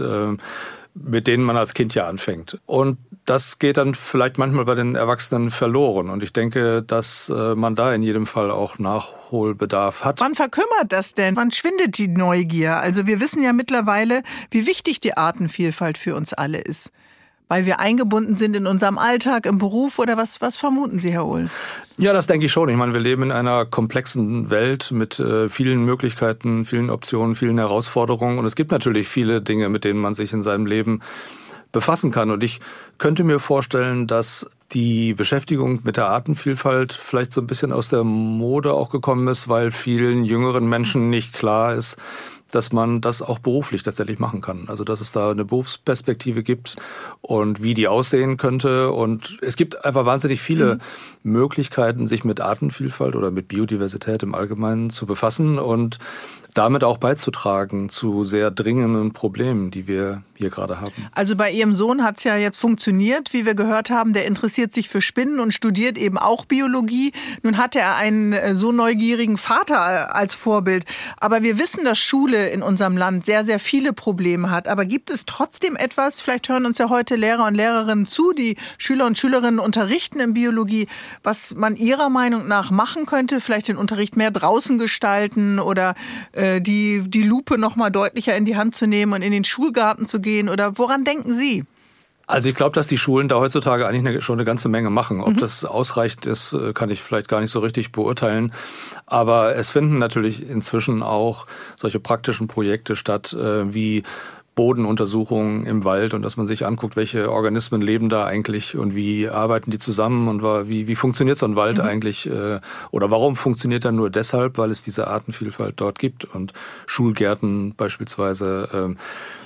mit denen man als Kind ja anfängt. Und das geht dann vielleicht manchmal bei den Erwachsenen verloren. Und ich denke, dass man da in jedem Fall auch Nachholbedarf hat. Wann verkümmert das denn? Wann schwindet die Neugier? Also wir wissen ja mittlerweile, wie wichtig die Artenvielfalt für uns alle ist. Weil wir eingebunden sind in unserem Alltag, im Beruf, oder was, was vermuten Sie, Herr Ohl? Ja, das denke ich schon. Ich meine, wir leben in einer komplexen Welt mit äh, vielen Möglichkeiten, vielen Optionen, vielen Herausforderungen. Und es gibt natürlich viele Dinge, mit denen man sich in seinem Leben befassen kann. Und ich könnte mir vorstellen, dass die Beschäftigung mit der Artenvielfalt vielleicht so ein bisschen aus der Mode auch gekommen ist, weil vielen jüngeren Menschen nicht klar ist, dass man das auch beruflich tatsächlich machen kann. Also dass es da eine Berufsperspektive gibt und wie die aussehen könnte. Und es gibt einfach wahnsinnig viele mhm. Möglichkeiten, sich mit Artenvielfalt oder mit Biodiversität im Allgemeinen zu befassen und damit auch beizutragen zu sehr dringenden Problemen, die wir hier gerade haben. Also bei Ihrem Sohn hat es ja jetzt funktioniert, wie wir gehört haben. Der interessiert sich für Spinnen und studiert eben auch Biologie. Nun hatte er einen so neugierigen Vater als Vorbild. Aber wir wissen, dass Schule in unserem Land sehr, sehr viele Probleme hat. Aber gibt es trotzdem etwas, vielleicht hören uns ja heute Lehrer und Lehrerinnen zu, die Schüler und Schülerinnen unterrichten in Biologie, was man Ihrer Meinung nach machen könnte? Vielleicht den Unterricht mehr draußen gestalten oder die, die Lupe noch mal deutlicher in die Hand zu nehmen und in den Schulgarten zu gehen? Oder woran denken Sie? Also ich glaube, dass die Schulen da heutzutage eigentlich eine, schon eine ganze Menge machen. Ob mhm. das ausreichend ist, kann ich vielleicht gar nicht so richtig beurteilen. Aber es finden natürlich inzwischen auch solche praktischen Projekte statt, wie Bodenuntersuchungen im Wald und dass man sich anguckt, welche Organismen leben da eigentlich und wie arbeiten die zusammen und wie, wie funktioniert so ein Wald mhm. eigentlich oder warum funktioniert er nur deshalb, weil es diese Artenvielfalt dort gibt und Schulgärten beispielsweise.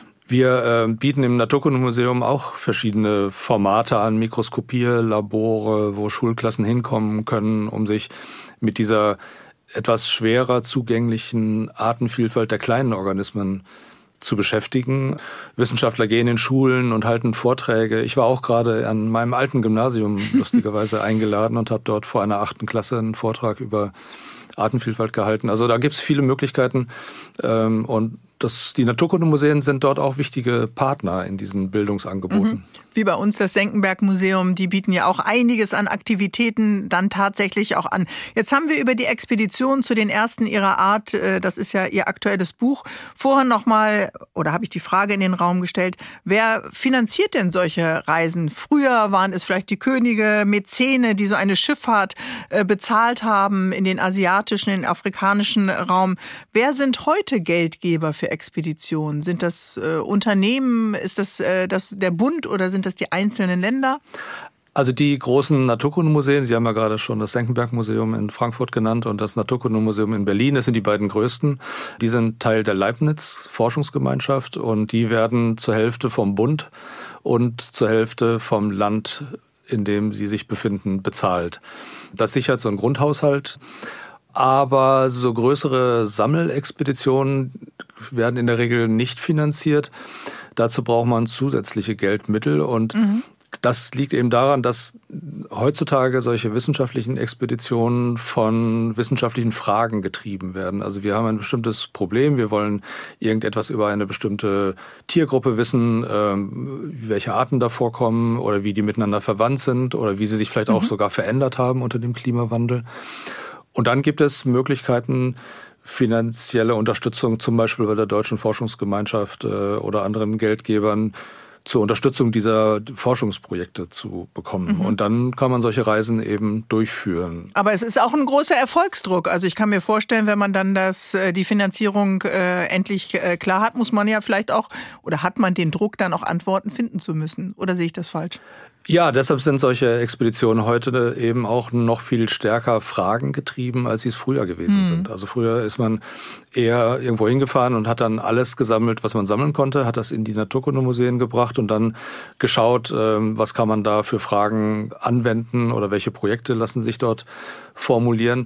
Wir bieten im Naturkundemuseum auch verschiedene Formate an, Mikroskopierlabore, wo Schulklassen hinkommen können, um sich mit dieser etwas schwerer zugänglichen Artenvielfalt der kleinen Organismen zu beschäftigen. Wissenschaftler gehen in Schulen und halten Vorträge. Ich war auch gerade an meinem alten Gymnasium lustigerweise eingeladen und habe dort vor einer achten Klasse einen Vortrag über Artenvielfalt gehalten. Also da gibt es viele Möglichkeiten und das, die Naturkundemuseen sind dort auch wichtige Partner in diesen Bildungsangeboten. Mhm. Wie bei uns das Senckenberg-Museum, die bieten ja auch einiges an Aktivitäten dann tatsächlich auch an. Jetzt haben wir über die Expedition zu den ersten ihrer Art, das ist ja Ihr aktuelles Buch, vorher nochmal, oder habe ich die Frage in den Raum gestellt, wer finanziert denn solche Reisen? Früher waren es vielleicht die Könige, Mäzene, die so eine Schifffahrt bezahlt haben in den asiatischen, in den afrikanischen Raum. Wer sind heute Geldgeber für Expeditionen? Sind das äh, Unternehmen? Ist das, äh, das der Bund oder sind das die einzelnen Länder? Also die großen Naturkundemuseen, Sie haben ja gerade schon das Senckenberg-Museum in Frankfurt genannt und das Naturkundemuseum in Berlin, das sind die beiden größten. Die sind Teil der Leibniz-Forschungsgemeinschaft und die werden zur Hälfte vom Bund und zur Hälfte vom Land, in dem sie sich befinden, bezahlt. Das sichert so einen Grundhaushalt. Aber so größere Sammelexpeditionen werden in der Regel nicht finanziert. Dazu braucht man zusätzliche Geldmittel und mhm. das liegt eben daran, dass heutzutage solche wissenschaftlichen Expeditionen von wissenschaftlichen Fragen getrieben werden. Also wir haben ein bestimmtes Problem, wir wollen irgendetwas über eine bestimmte Tiergruppe wissen, ähm, welche Arten da vorkommen oder wie die miteinander verwandt sind oder wie sie sich vielleicht mhm. auch sogar verändert haben unter dem Klimawandel. Und dann gibt es Möglichkeiten, finanzielle Unterstützung zum Beispiel bei der Deutschen Forschungsgemeinschaft äh, oder anderen Geldgebern zur Unterstützung dieser Forschungsprojekte zu bekommen. Mhm. Und dann kann man solche Reisen eben durchführen. Aber es ist auch ein großer Erfolgsdruck. Also ich kann mir vorstellen, wenn man dann das, die Finanzierung äh, endlich äh, klar hat, muss man ja vielleicht auch, oder hat man den Druck, dann auch Antworten finden zu müssen. Oder sehe ich das falsch? Ja, deshalb sind solche Expeditionen heute eben auch noch viel stärker fragengetrieben, als sie es früher gewesen mhm. sind. Also früher ist man eher irgendwo hingefahren und hat dann alles gesammelt, was man sammeln konnte, hat das in die Naturkundemuseen gebracht und dann geschaut, was kann man da für Fragen anwenden oder welche Projekte lassen sich dort formulieren.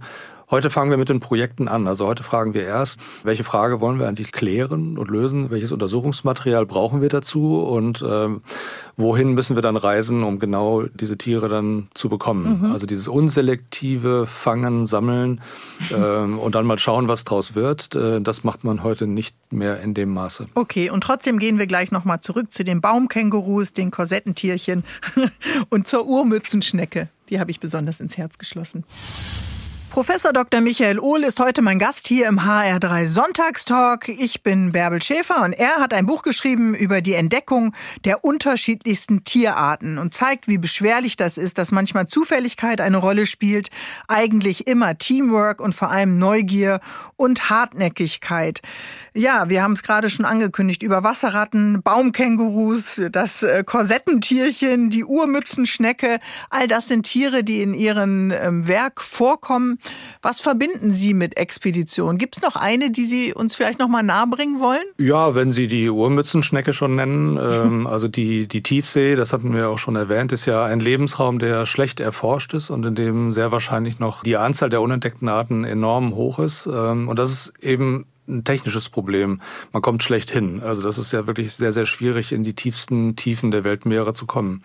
Heute fangen wir mit den Projekten an. Also heute fragen wir erst, welche Frage wollen wir eigentlich klären und lösen? Welches Untersuchungsmaterial brauchen wir dazu? Und äh, wohin müssen wir dann reisen, um genau diese Tiere dann zu bekommen? Mhm. Also dieses unselektive Fangen, Sammeln äh, und dann mal schauen, was draus wird, äh, das macht man heute nicht mehr in dem Maße. Okay, und trotzdem gehen wir gleich nochmal zurück zu den Baumkängurus, den Korsettentierchen und zur Urmützenschnecke. Die habe ich besonders ins Herz geschlossen. Professor Doktor Michael Ohl ist heute mein Gast hier im H R drei Sonntagstalk. Ich bin Bärbel Schäfer und er hat ein Buch geschrieben über die Entdeckung der unterschiedlichsten Tierarten und zeigt, wie beschwerlich das ist, dass manchmal Zufälligkeit eine Rolle spielt, eigentlich immer Teamwork und vor allem Neugier und Hartnäckigkeit. Ja, wir haben es gerade schon angekündigt, über Wasserratten, Baumkängurus, das Korsettentierchen, die Urmützenschnecke, all das sind Tiere, die in ihrem ähm, Werk vorkommen. Was verbinden Sie mit Expeditionen? Gibt es noch eine, die Sie uns vielleicht noch mal nahebringen wollen? Ja, wenn Sie die Urmützenschnecke schon nennen, ähm, also die, die Tiefsee, das hatten wir auch schon erwähnt, ist ja ein Lebensraum, der schlecht erforscht ist und in dem sehr wahrscheinlich noch die Anzahl der unentdeckten Arten enorm hoch ist. Ähm, und das ist eben ein technisches Problem. Man kommt schlecht hin. Also das ist ja wirklich sehr, sehr schwierig, in die tiefsten Tiefen der Weltmeere zu kommen.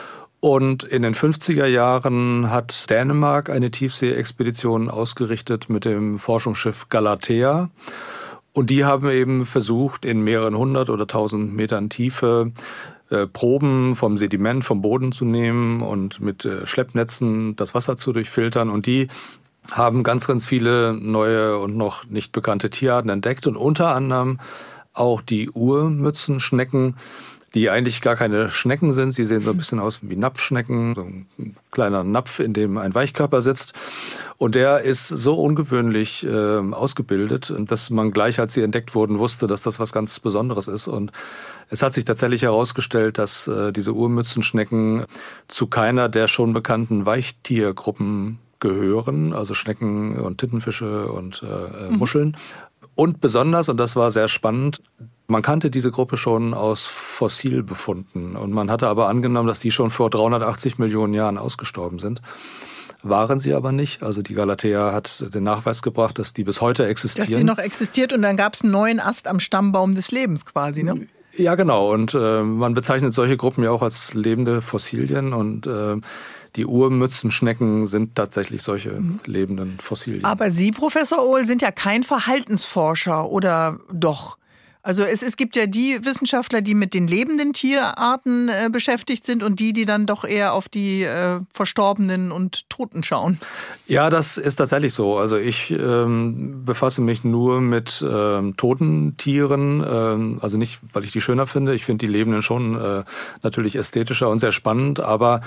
Und in den fünfziger Jahren hat Dänemark eine Tiefsee-Expedition ausgerichtet mit dem Forschungsschiff Galatea. Und die haben eben versucht, in mehreren hundert oder tausend Metern Tiefe äh, Proben vom Sediment, vom Boden zu nehmen und mit äh, Schleppnetzen das Wasser zu durchfiltern. Und die haben ganz, ganz viele neue und noch nicht bekannte Tierarten entdeckt und unter anderem auch die Urmützenschnecken, die eigentlich gar keine Schnecken sind. Sie sehen so ein bisschen aus wie Napfschnecken, so ein kleiner Napf, in dem ein Weichkörper sitzt. Und der ist so ungewöhnlich äh, ausgebildet, dass man gleich, als sie entdeckt wurden, wusste, dass das was ganz Besonderes ist. Und es hat sich tatsächlich herausgestellt, dass äh, diese Urmützenschnecken zu keiner der schon bekannten Weichtiergruppen gehören, also Schnecken und Tintenfische und äh, Muscheln. Mhm. Und besonders, und das war sehr spannend, man kannte diese Gruppe schon aus Fossilbefunden und man hatte aber angenommen, dass die schon vor dreihundertachtzig Millionen Jahren ausgestorben sind. Waren sie aber nicht. Also die Galatea hat den Nachweis gebracht, dass die bis heute existieren. Dass die noch existiert und dann gab es einen neuen Ast am Stammbaum des Lebens quasi, ne? Ja, genau. Und äh, man bezeichnet solche Gruppen ja auch als lebende Fossilien und äh, die Urmützenschnecken sind tatsächlich solche mhm. lebenden Fossilien. Aber Sie, Professor Ohl, sind ja kein Verhaltensforscher, oder doch? Also es, es gibt ja die Wissenschaftler, die mit den lebenden Tierarten äh, beschäftigt sind und die, die dann doch eher auf die äh, Verstorbenen und Toten schauen. Ja, das ist tatsächlich so. Also ich ähm, befasse mich nur mit ähm, toten Tieren. Ähm, also nicht, weil ich die schöner finde. Ich finde die lebenden schon äh, natürlich ästhetischer und sehr spannend. Aber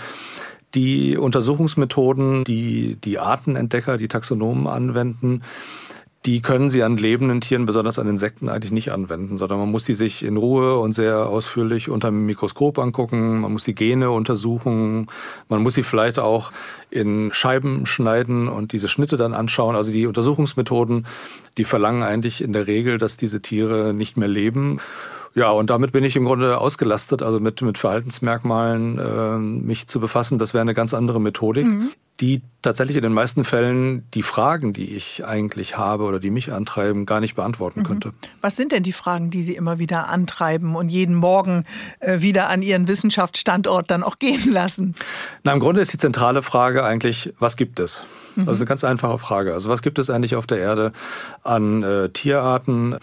die Untersuchungsmethoden, die die Artenentdecker, die Taxonomen anwenden, die können sie an lebenden Tieren, besonders an Insekten, eigentlich nicht anwenden, sondern man muss die sich in Ruhe und sehr ausführlich unter dem Mikroskop angucken, man muss die Gene untersuchen, man muss sie vielleicht auch in Scheiben schneiden und diese Schnitte dann anschauen. Also die Untersuchungsmethoden, die verlangen eigentlich in der Regel, dass diese Tiere nicht mehr leben. Ja, und damit bin ich im Grunde ausgelastet, also mit, mit Verhaltensmerkmalen äh, mich zu befassen. Das wäre eine ganz andere Methodik, mhm. die tatsächlich in den meisten Fällen die Fragen, die ich eigentlich habe oder die mich antreiben, gar nicht beantworten mhm. könnte. Was sind denn die Fragen, die Sie immer wieder antreiben und jeden Morgen äh, wieder an Ihren Wissenschaftsstandort dann auch gehen lassen? Na, im Grunde ist die zentrale Frage eigentlich, was gibt es? Mhm. Das ist eine ganz einfache Frage. Also was gibt es eigentlich auf der Erde an äh, Tierarten?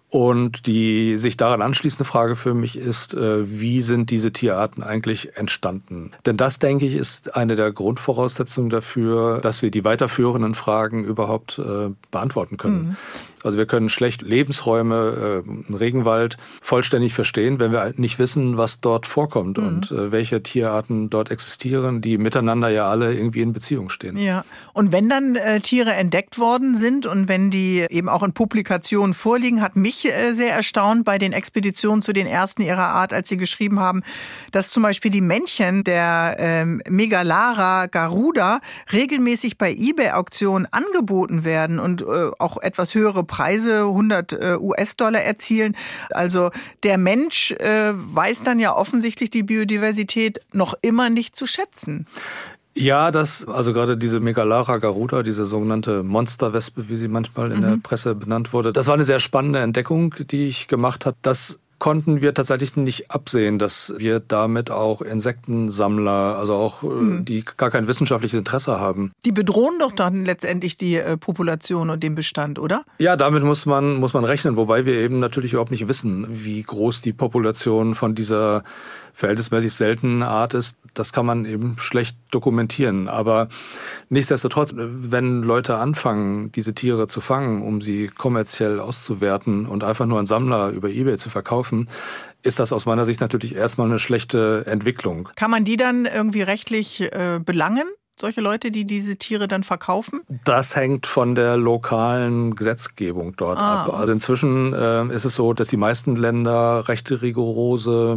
Und die sich daran anschließende Frage für mich ist, wie sind diese Tierarten eigentlich entstanden? Denn das, denke ich, ist eine der Grundvoraussetzungen dafür, dass wir die weiterführenden Fragen überhaupt beantworten können. Mhm. Also wir können schlecht Lebensräume, einen Regenwald vollständig verstehen, wenn wir nicht wissen, was dort vorkommt mhm. und welche Tierarten dort existieren, die miteinander ja alle irgendwie in Beziehung stehen. Ja, und wenn dann äh, Tiere entdeckt worden sind und wenn die eben auch in Publikationen vorliegen, hat mich äh, sehr erstaunt bei den Expeditionen zu den ersten ihrer Art, als sie geschrieben haben, dass zum Beispiel die Männchen der ähm, Megalara garuda regelmäßig bei eBay-Auktionen angeboten werden und äh, auch etwas höhere Preise, hundert US-Dollar erzielen. Also der Mensch äh, weiß dann ja offensichtlich die Biodiversität noch immer nicht zu schätzen. Ja, das, also gerade diese Megalara garuda, diese sogenannte Monsterwespe, wie sie manchmal in mhm. der Presse benannt wurde, das war eine sehr spannende Entdeckung, die ich gemacht habe. Das konnten wir tatsächlich nicht absehen, dass wir damit auch Insektensammler, also auch mhm. die gar kein wissenschaftliches Interesse haben. Die bedrohen doch dann letztendlich die äh, Population und den Bestand, oder? Ja, damit muss man, muss man rechnen, wobei wir eben natürlich überhaupt nicht wissen, wie groß die Population von dieser verhältnismäßig seltene Art ist. Das kann man eben schlecht dokumentieren. Aber nichtsdestotrotz, wenn Leute anfangen, diese Tiere zu fangen, um sie kommerziell auszuwerten und einfach nur an Sammler über eBay zu verkaufen, ist das aus meiner Sicht natürlich erstmal eine schlechte Entwicklung. Kann man die dann irgendwie rechtlich äh, belangen? Solche Leute, die diese Tiere dann verkaufen? Das hängt von der lokalen Gesetzgebung dort ah. ab. Also inzwischen äh, ist es so, dass die meisten Länder recht rigorose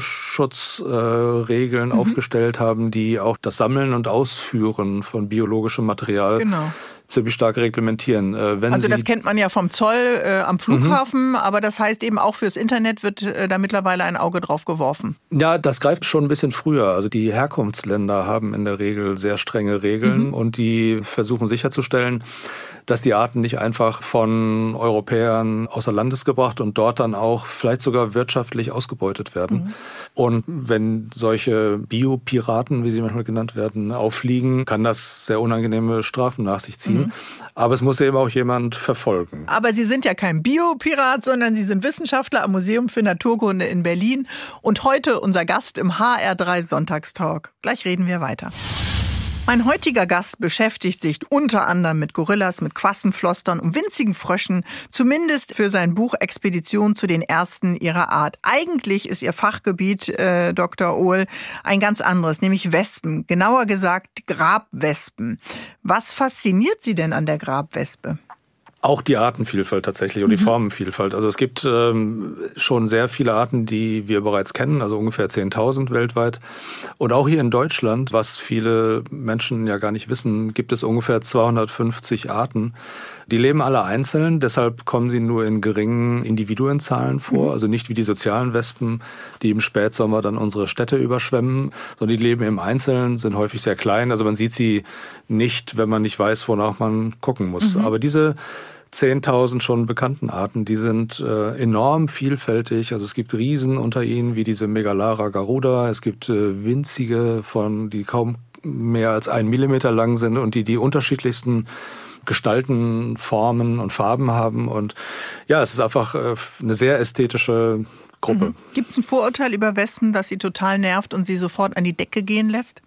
Naturschutzregeln äh, mhm. aufgestellt haben, die auch das Sammeln und Ausführen von biologischem Material genau. ziemlich stark reglementieren. Äh, wenn also Sie das kennt man ja vom Zoll äh, am Flughafen, mhm. aber das heißt eben auch fürs Internet wird äh, da mittlerweile ein Auge drauf geworfen. Ja, das greift schon ein bisschen früher. Also die Herkunftsländer haben in der Regel sehr strenge Regeln mhm. und die versuchen sicherzustellen, dass die Arten nicht einfach von Europäern außer Landes gebracht und dort dann auch vielleicht sogar wirtschaftlich ausgebeutet werden. Mhm. Und wenn solche Biopiraten, wie sie manchmal genannt werden, auffliegen, kann das sehr unangenehme Strafen nach sich ziehen. Mhm. Aber es muss eben auch jemand verfolgen. Aber Sie sind ja kein Biopirat, sondern Sie sind Wissenschaftler am Museum für Naturkunde in Berlin und heute unser Gast im H R drei Sonntagstalk. Gleich reden wir weiter. Mein heutiger Gast beschäftigt sich unter anderem mit Gorillas, mit Quassenflostern und winzigen Fröschen, zumindest für sein Buch Expedition zu den ersten ihrer Art. Eigentlich ist ihr Fachgebiet, äh, Doktor Ohl, ein ganz anderes, nämlich Wespen, genauer gesagt Grabwespen. Was fasziniert Sie denn an der Grabwespe? Auch die Artenvielfalt tatsächlich und die Formenvielfalt. Also es gibt ähm, schon sehr viele Arten, die wir bereits kennen, also ungefähr zehntausend weltweit. Und auch hier in Deutschland, was viele Menschen ja gar nicht wissen, gibt es ungefähr zweihundertfünfzig Arten. Die leben alle einzeln, deshalb kommen sie nur in geringen Individuenzahlen vor. Mhm. Also nicht wie die sozialen Wespen, die im Spätsommer dann unsere Städte überschwemmen, sondern die leben im Einzelnen, sind häufig sehr klein. Also man sieht sie nicht, wenn man nicht weiß, wonach man gucken muss. Mhm. Aber diese zehntausend schon bekannten Arten, die sind äh, enorm vielfältig. Also es gibt Riesen unter ihnen, wie diese Megalara garuda. Es gibt äh, winzige, von die kaum mehr als einen Millimeter lang sind und die die unterschiedlichsten Gestalten, Formen und Farben haben. Und ja, es ist einfach äh, eine sehr ästhetische Gruppe. Mhm. Gibt es ein Vorurteil über Wespen, das Sie total nervt und Sie sofort an die Decke gehen lässt?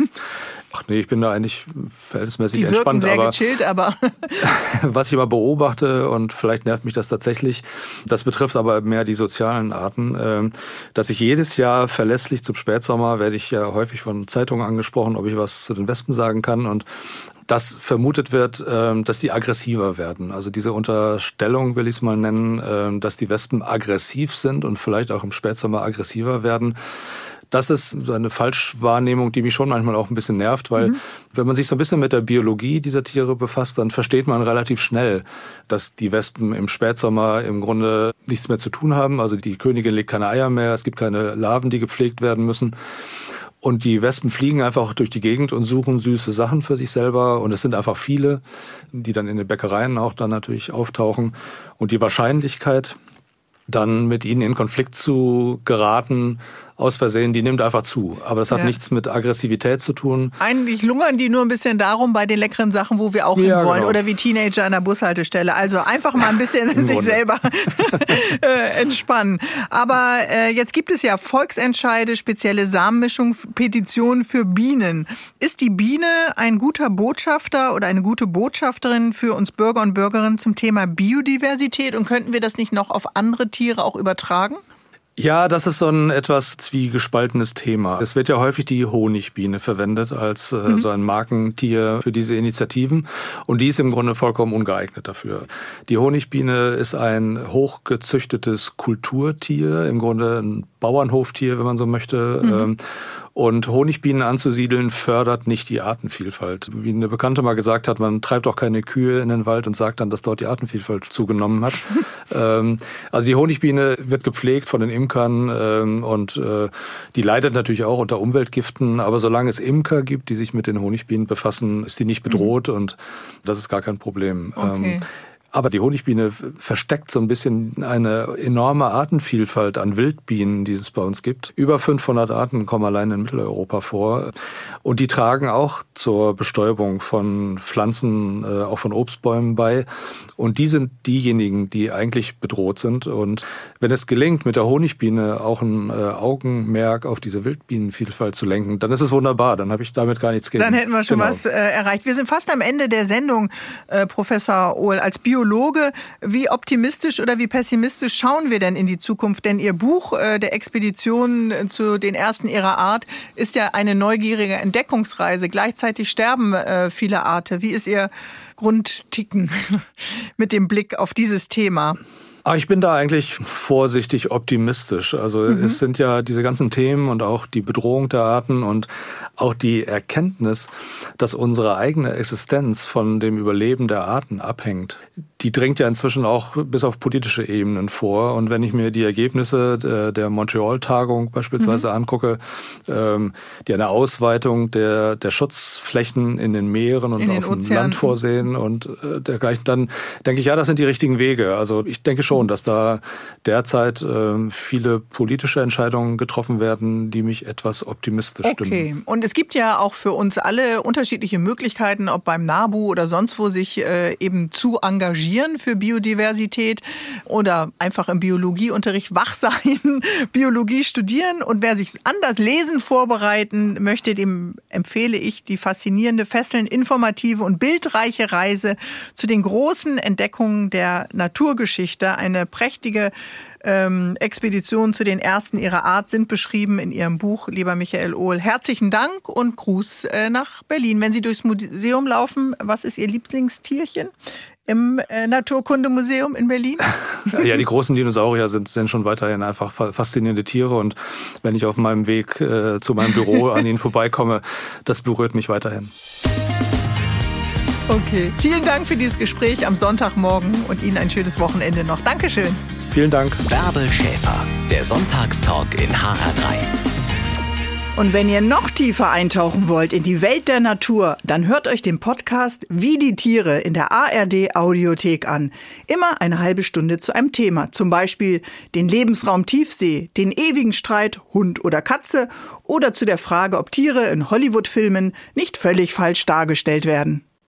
Ach nee, ich bin da eigentlich verhältnismäßig Die entspannt. Die wirken sehr aber gechillt, aber... was ich immer beobachte, und vielleicht nervt mich das tatsächlich, das betrifft aber mehr die sozialen Arten, dass ich jedes Jahr verlässlich zum Spätsommer, werde ich ja häufig von Zeitungen angesprochen, ob ich was zu den Wespen sagen kann, und dass vermutet wird, dass die aggressiver werden. Also diese Unterstellung, will ich es mal nennen, dass die Wespen aggressiv sind und vielleicht auch im Spätsommer aggressiver werden. Das ist so eine Falschwahrnehmung, die mich schon manchmal auch ein bisschen nervt, weil mhm. wenn man sich so ein bisschen mit der Biologie dieser Tiere befasst, dann versteht man relativ schnell, dass die Wespen im Spätsommer im Grunde nichts mehr zu tun haben. Also die Königin legt keine Eier mehr, es gibt keine Larven, die gepflegt werden müssen. Und die Wespen fliegen einfach durch die Gegend und suchen süße Sachen für sich selber. Und es sind einfach viele, die dann in den Bäckereien auch dann natürlich auftauchen. Und die Wahrscheinlichkeit, dann mit ihnen in Konflikt zu geraten, aus Versehen, die nimmt einfach zu. Aber das hat ja. nichts mit Aggressivität zu tun. Eigentlich lungern die nur ein bisschen darum bei den leckeren Sachen, wo wir auch ja, hin wollen. Genau. Oder wie Teenager an der Bushaltestelle. Also einfach mal ein bisschen sich Grunde. selber äh, entspannen. Aber äh, jetzt gibt es ja Volksentscheide, spezielle Samenmischung, Petitionen für Bienen. Ist die Biene ein guter Botschafter oder eine gute Botschafterin für uns Bürger und Bürgerinnen zum Thema Biodiversität? Und könnten wir das nicht noch auf andere Tiere auch übertragen? Ja, das ist so ein etwas zwiegespaltenes Thema. Es wird ja häufig die Honigbiene verwendet als äh, mhm. so ein Markentier für diese Initiativen. Und die ist im Grunde vollkommen ungeeignet dafür. Die Honigbiene ist ein hochgezüchtetes Kulturtier, im Grunde ein Bauernhoftier, wenn man so möchte. Mhm. Und Honigbienen anzusiedeln fördert nicht die Artenvielfalt. Wie eine Bekannte mal gesagt hat, man treibt auch keine Kühe in den Wald und sagt dann, dass dort die Artenvielfalt zugenommen hat. ähm, also die Honigbiene wird gepflegt von den Imkern ähm, und äh, die leidet natürlich auch unter Umweltgiften. Aber solange es Imker gibt, die sich mit den Honigbienen befassen, ist sie nicht bedroht mhm. und das ist gar kein Problem. Okay. Ähm, Aber die Honigbiene versteckt so ein bisschen eine enorme Artenvielfalt an Wildbienen, die es bei uns gibt. Über fünfhundert Arten kommen allein in Mitteleuropa vor. Und die tragen auch zur Bestäubung von Pflanzen, äh, auch von Obstbäumen bei. Und die sind diejenigen, die eigentlich bedroht sind. Und wenn es gelingt, mit der Honigbiene auch ein äh, Augenmerk auf diese Wildbienenvielfalt zu lenken, dann ist es wunderbar. Dann habe ich damit gar nichts gegen. Dann hätten wir schon genau. was äh, erreicht. Wir sind fast am Ende der Sendung, äh, Professor Ohl. Als Biologe, wie optimistisch oder wie pessimistisch schauen wir denn in die Zukunft? Denn Ihr Buch äh, der Expedition zu den ersten ihrer Art ist ja eine neugierige Entdeckungsreise. Gleichzeitig sterben äh, viele Arten. Wie ist Ihr Grundticken mit dem Blick auf dieses Thema? Ich bin da eigentlich vorsichtig optimistisch. Also mhm. es sind ja diese ganzen Themen und auch die Bedrohung der Arten und auch die Erkenntnis, dass unsere eigene Existenz von dem Überleben der Arten abhängt. Die dringt ja inzwischen auch bis auf politische Ebenen vor. Und wenn ich mir die Ergebnisse der Montreal-Tagung beispielsweise mhm. angucke, die eine Ausweitung der, der Schutzflächen in den Meeren und auf dem Land vorsehen und dergleichen, dann denke ich, ja, das sind die richtigen Wege. Also ich denke schon, dass da derzeit äh, viele politische Entscheidungen getroffen werden, die mich etwas optimistisch stimmen. Okay, und es gibt ja auch für uns alle unterschiedliche Möglichkeiten, ob beim NABU oder sonst wo, sich äh, eben zu engagieren für Biodiversität oder einfach im Biologieunterricht wach sein, Biologie studieren. Und wer sich anders lesen vorbereiten möchte, dem empfehle ich die faszinierende, fesselnd informative und bildreiche Reise zu den großen Entdeckungen der Naturgeschichte. Eine prächtige ähm, Expedition zu den ersten ihrer Art sind beschrieben in Ihrem Buch, lieber Michael Ohl. Herzlichen Dank und Gruß äh, nach Berlin. Wenn Sie durchs Museum laufen, was ist Ihr Lieblingstierchen im äh, Naturkundemuseum in Berlin? Ja, die großen Dinosaurier sind, sind schon weiterhin einfach faszinierende Tiere. Und wenn ich auf meinem Weg äh, zu meinem Büro an ihnen vorbeikomme, das berührt mich weiterhin. Okay, vielen Dank für dieses Gespräch am Sonntagmorgen und Ihnen ein schönes Wochenende noch. Dankeschön. Vielen Dank. Bärbel Schäfer, der Sonntagstalk in H R drei. Und wenn ihr noch tiefer eintauchen wollt in die Welt der Natur, dann hört euch den Podcast Wie die Tiere in der A R D Audiothek an. Immer eine halbe Stunde zu einem Thema. Zum Beispiel den Lebensraum Tiefsee, den ewigen Streit Hund oder Katze oder zu der Frage, ob Tiere in Hollywood-Filmen nicht völlig falsch dargestellt werden.